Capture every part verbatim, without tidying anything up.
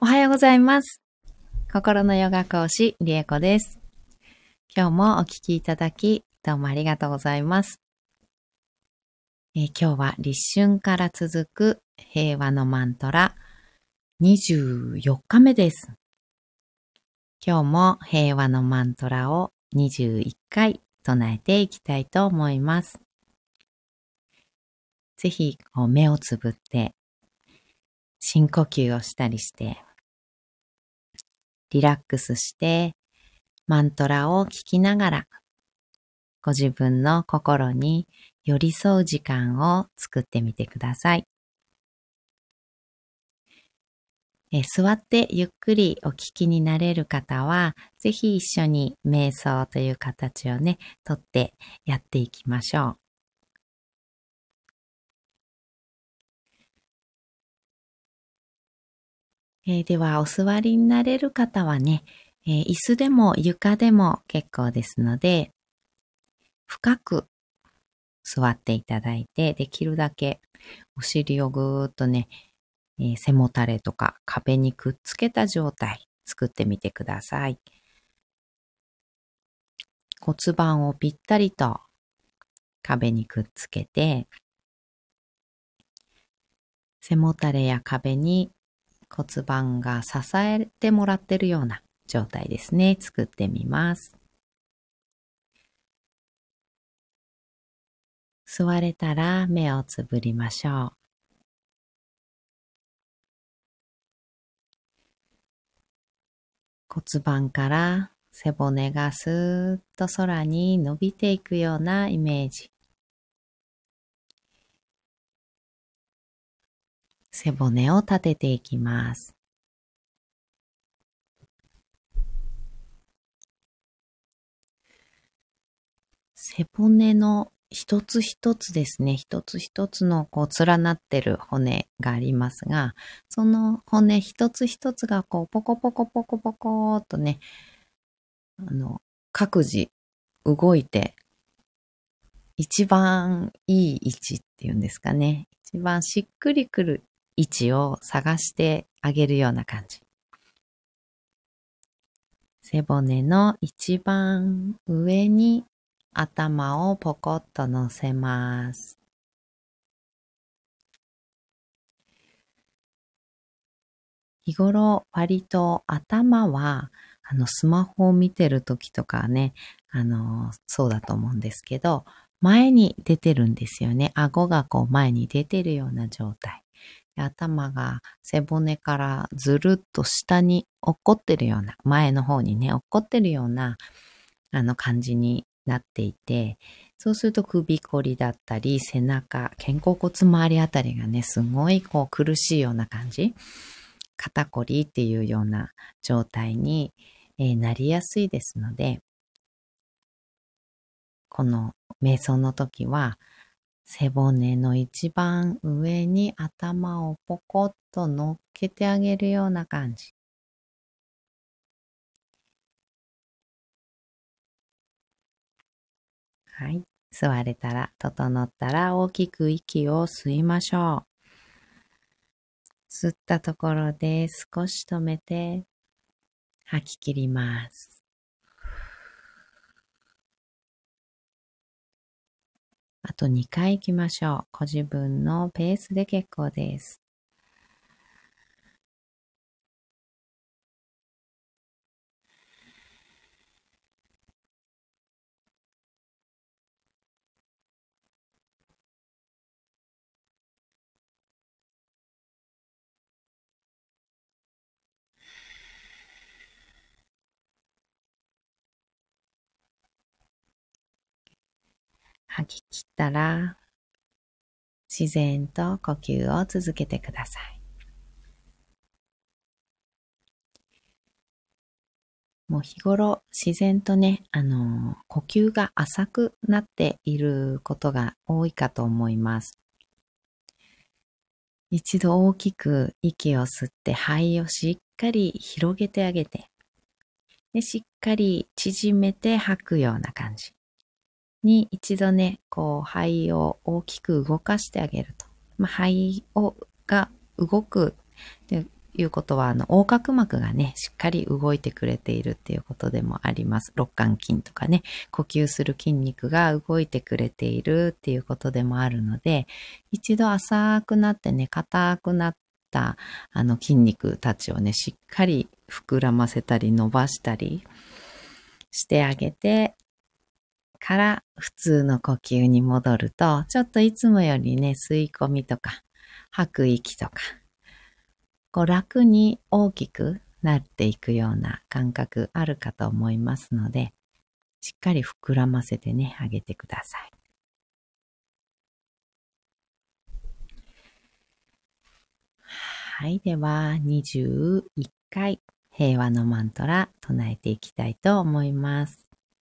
おはようございます。心のヨガ講師、リエコです。今日もお聞きいただき、どうもありがとうございます。えー、今日は立春から続く平和のマントラにじゅうよっかめです。今日も平和のマントラをにじゅういっかい唱えていきたいと思います。ぜひこう目をつぶって深呼吸をしたりして、リラックスしてマントラを聞きながら、ご自分の心に寄り添う時間を作ってみてください。え座ってゆっくりお聞きになれる方は、ぜひ一緒に瞑想という形をね、とってやっていきましょう。えー、では、お座りになれる方はね、えー、椅子でも床でも結構ですので、深く座っていただいて、できるだけお尻をぐーっとね、えー、背もたれとか壁にくっつけた状態作ってみてください。骨盤をぴったりと壁にくっつけて、背もたれや壁に骨盤が支えてもらっているような状態ですね。作ってみます。座れたら目をつぶりましょう。骨盤から背骨がスーッと空に伸びていくようなイメージ。背骨を立てていきます。背骨の一つ一つですね、一つ一つのこう連なってる骨がありますが、その骨一つ一つがこうポコポコポコポコとね、あの各自動いて、一番いい位置っていうんですかね、一番しっくりくる位置を探してあげるような感じ。背骨の一番上に頭をポコッと乗せます。日頃割と頭はあのスマホを見てる時とかね、あのそうだと思うんですけど、前に出てるんですよね。顎がこう前に出てるような状態。頭が背骨からずるっと下に落っこってるような、前の方にね落っこってるようなあの感じになっていて、そうすると首こりだったり背中、肩甲骨周りあたりがねすごいこう苦しいような感じ、肩こりっていうような状態に、えー、なりやすいですので、この瞑想の時は背骨の一番上に頭をポコッと乗っけてあげるような感じ。はい。座れたら、整ったら大きく息を吸いましょう。吸ったところで少し止めて吐き切ります。あとにかい行きましょう。ご自分のペースで結構です。吐き切ったら、自然と呼吸を続けてください。もう日頃自然とね、あの、呼吸が浅くなっていることが多いかと思います。一度大きく息を吸って肺をしっかり広げてあげて、でしっかり縮めて吐くような感じに一度ね、こう肺を大きく動かしてあげると、まあ、肺をが動くでいうことは、あの、横隔膜がね、しっかり動いてくれているっていうことでもあります。肋間筋とかね、呼吸する筋肉が動いてくれているっていうことでもあるので、一度浅くなってね、硬くなったあの筋肉たちをね、しっかり膨らませたり伸ばしたりしてあげてから普通の呼吸に戻ると、ちょっといつもよりね、吸い込みとか吐く息とか、こう楽に大きくなっていくような感覚あるかと思いますので、しっかり膨らませてね、あげてください。はい、ではにじゅういっかい平和のマントラ唱えていきたいと思います。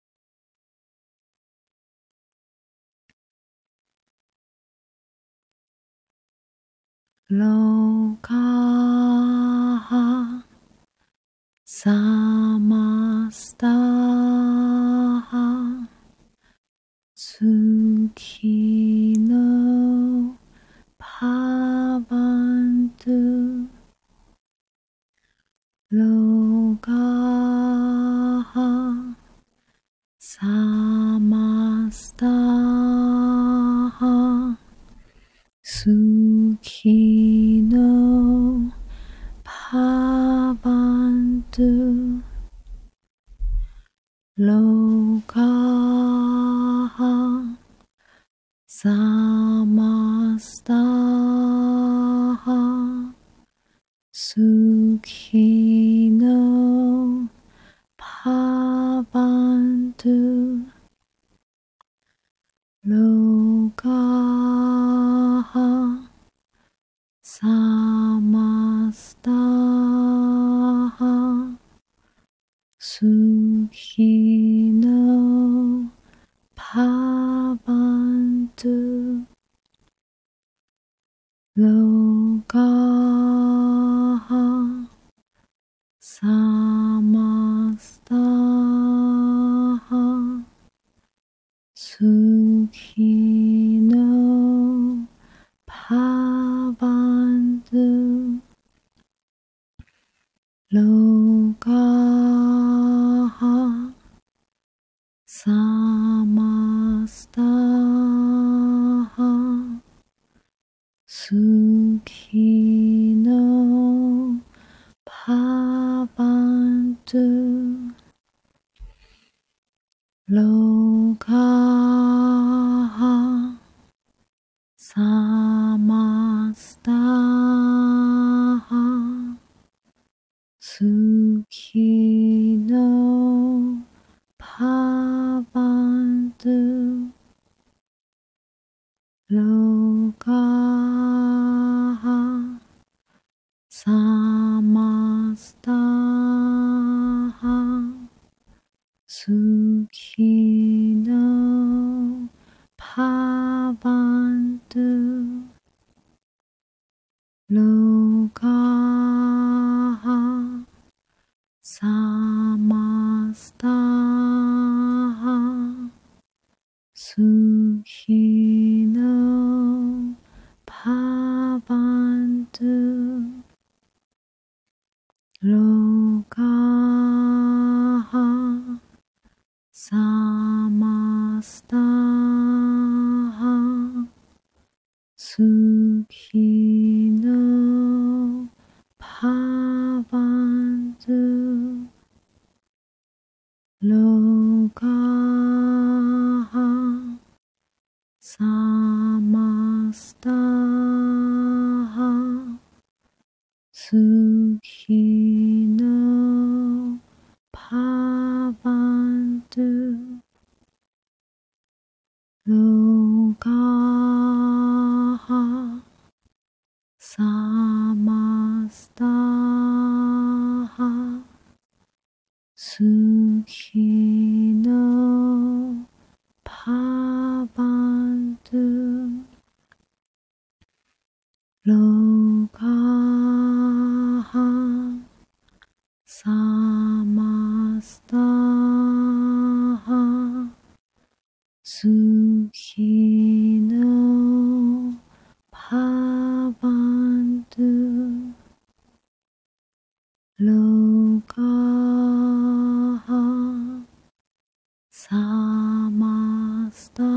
ロカハサマスタハスキノパバントゥロカハサマスタハスキノパバントゥロカハサマスタハスキノパバントゥロカハサマスタハスキノパバントゥロカハサマスタハスキノパバントゥロカハサマスタハスキノパバントゥロカハサマスタハスキノパバントゥロカハサマスタハスキノパバントゥロカハサマスタハスキノパバントゥロカハサマスタハスキノパバントゥロカハサマスタハスキノパバントゥロカハサマスタハスキノパバントゥロカハサマスタハスキノパバントゥロカハサマスタ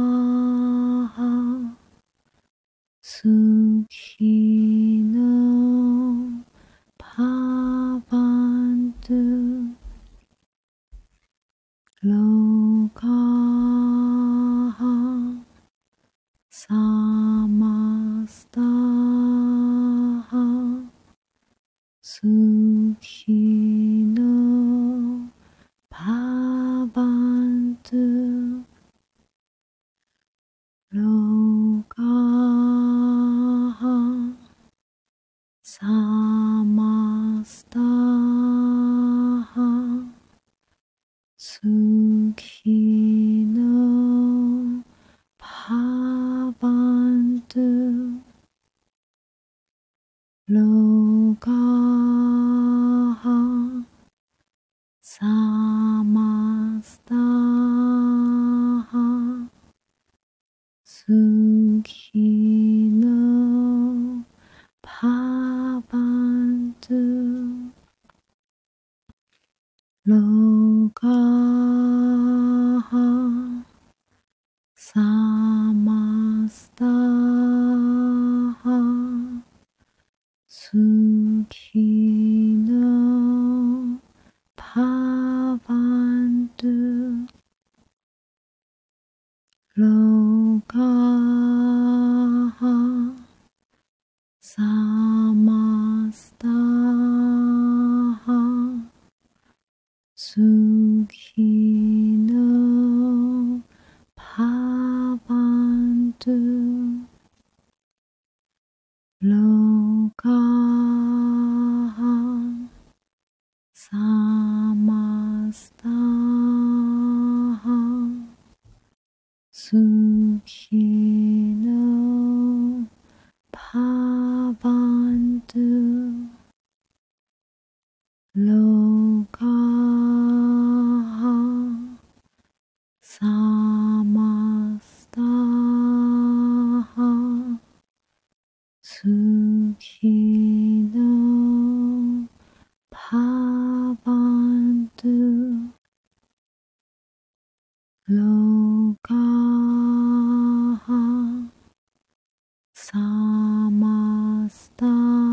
ハスキノパバントゥロカハサマスタハスキノパバントゥロカハサマスタハスキノパバントゥロカハサマスタハスキノパバントゥロカハサマスタハスキノパバントゥロカハサマスタハスキノパバントゥロカハサマスタハスキノパバントゥロカハサマスタハスキノパバントゥロカハサマスタ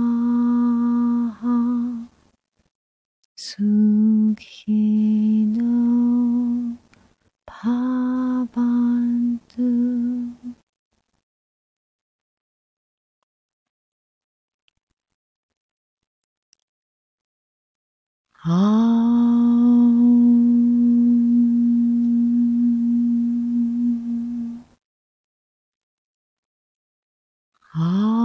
ハスキノパバントゥあーあ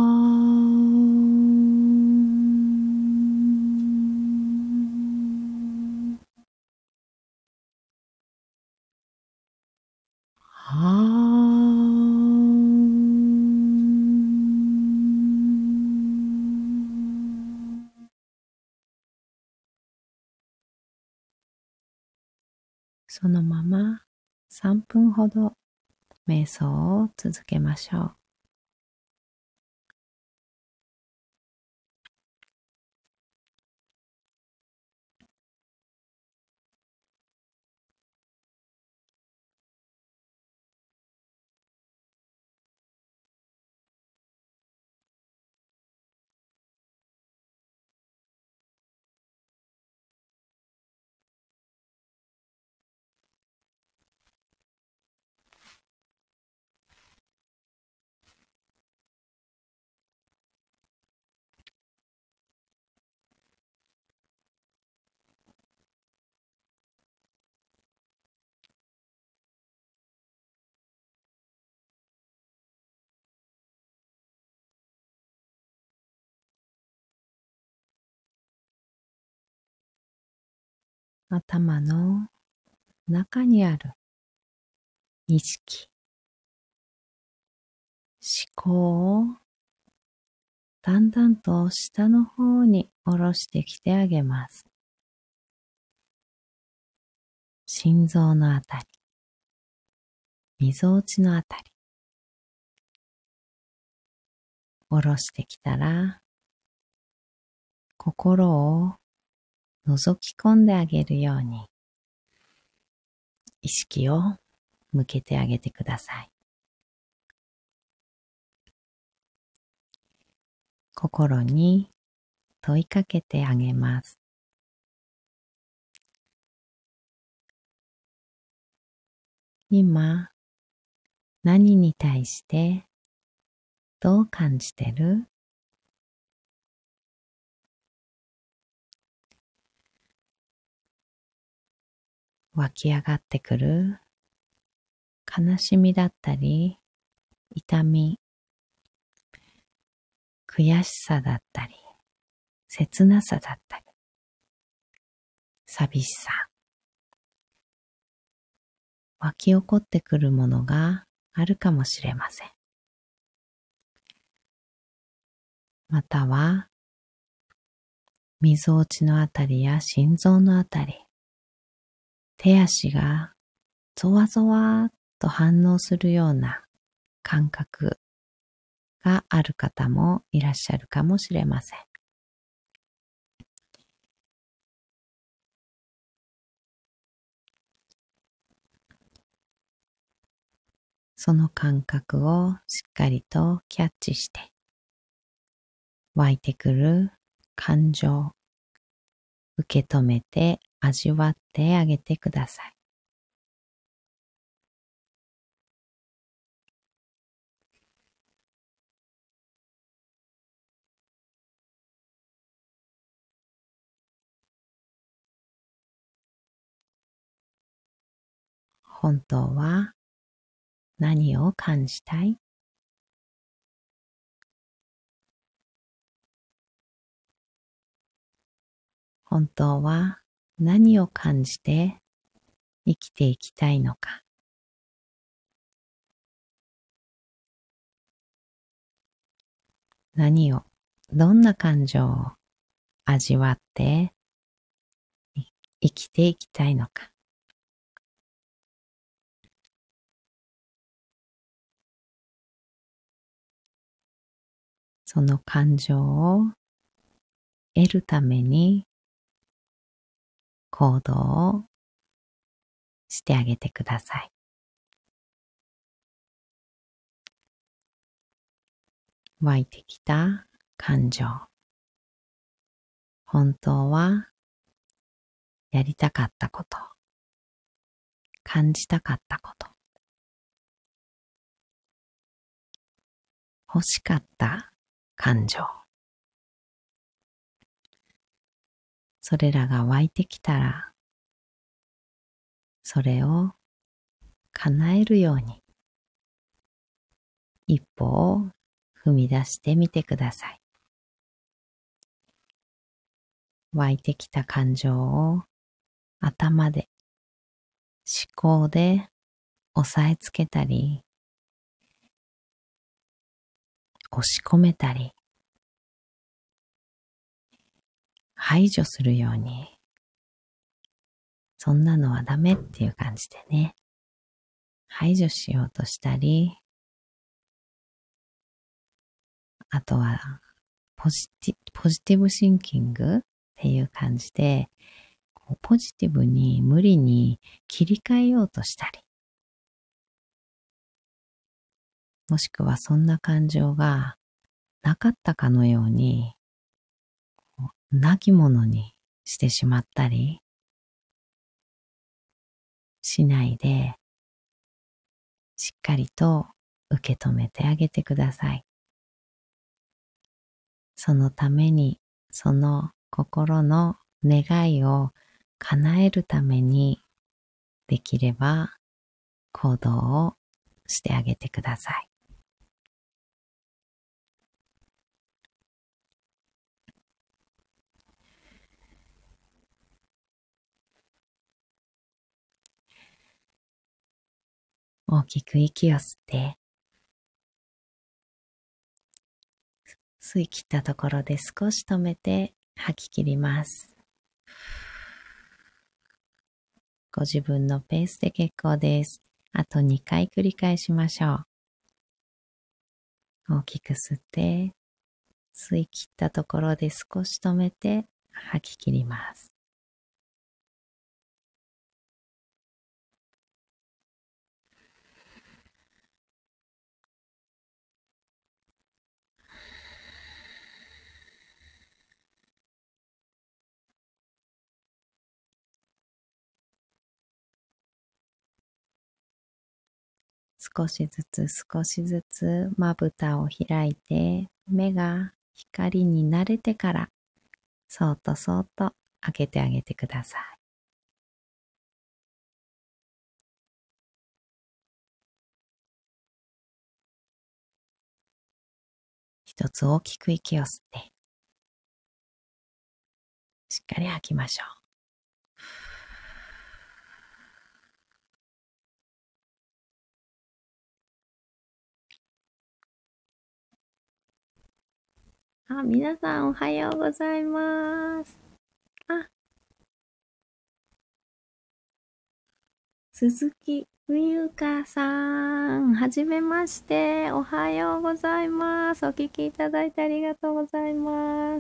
ーあーそのままさんぷんほど瞑想を続けましょう。頭の中にある意識、思考をだんだんと下の方に下ろしてきてあげます。心臓のあたり、みぞおちのあたり、下ろしてきたら、心を覗き込んであげるように意識を向けてあげてください。心に問いかけてあげます。今、何に対してどう感じてる？湧き上がってくる悲しみだったり、痛み、悔しさだったり、切なさだったり、寂しさ、湧き起こってくるものがあるかもしれません。または、みぞおちのあたりや心臓のあたり、手足がゾワゾワと反応するような感覚がある方もいらっしゃるかもしれません。その感覚をしっかりとキャッチして、湧いてくる感情、受け止めて味わってあげてください。本当は何を感じたい？本当は何を感じて生きていきたいのか。何を、どんな感情を味わって生きていきたいのか。その感情を得るために行動をしてあげてください。湧いてきた感情。本当はやりたかったこと、感じたかったこと、欲しかった感情。それらが湧いてきたら、それを叶えるように一歩を踏み出してみてください。湧いてきた感情を頭で、思考で押さえつけたり、押し込めたり、排除するように、そんなのはダメっていう感じでね、排除しようとしたり、あとはポジティ、ポジティブシンキングっていう感じで、こうポジティブに無理に切り替えようとしたり、もしくはそんな感情がなかったかのように、なきものにしてしまったりしないで、しっかりと受け止めてあげてください。そのために、その心の願いを叶えるために、できれば行動をしてあげてください。大きく息を吸って、吸い切ったところで少し止めて吐き切ります。ご自分のペースで結構です。あとにかい繰り返しましょう。大きく吸って、吸い切ったところで少し止めて吐き切ります。 少しずつ少しずつまぶたを開いて、目が光に慣れてから、そーっとそーっと開けてあげてください。一つ大きく息を吸って、しっかり吐きましょう。あ、皆さんおはようございます。あ、鈴木冬香さん、はじめまして。おはようございます。お聞きいただいてありがとうございます。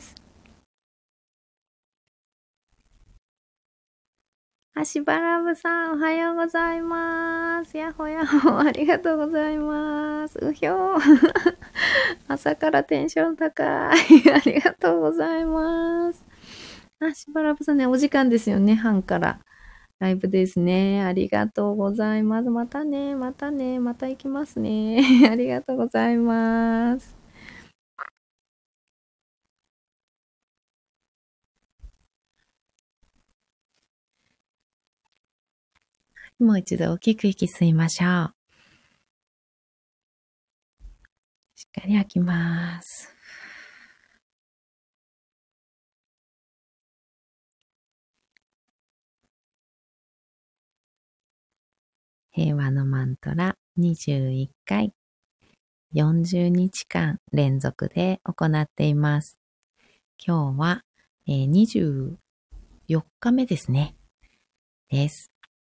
あ、しばらぶさん、おはようございます。やほやほ、ありがとうございます。うひょー。朝からテンション高い。ありがとうございます。あ、しばらぶさんね、お時間ですよね、半から。ライブですね。ありがとうございます。またね、またね、また行きますね。ありがとうございます。もう一度大きく息吸いましょう。しっかり吐きます。平和のマントラにじゅういっかい、よんじゅうにちかん連続で行っています。今日は、えー、にじゅうよっかめですね。です。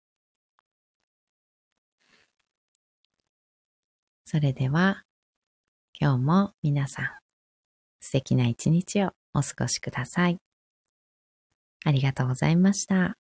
それでは、今日も皆さん、素敵な一日をお過ごしください。ありがとうございました。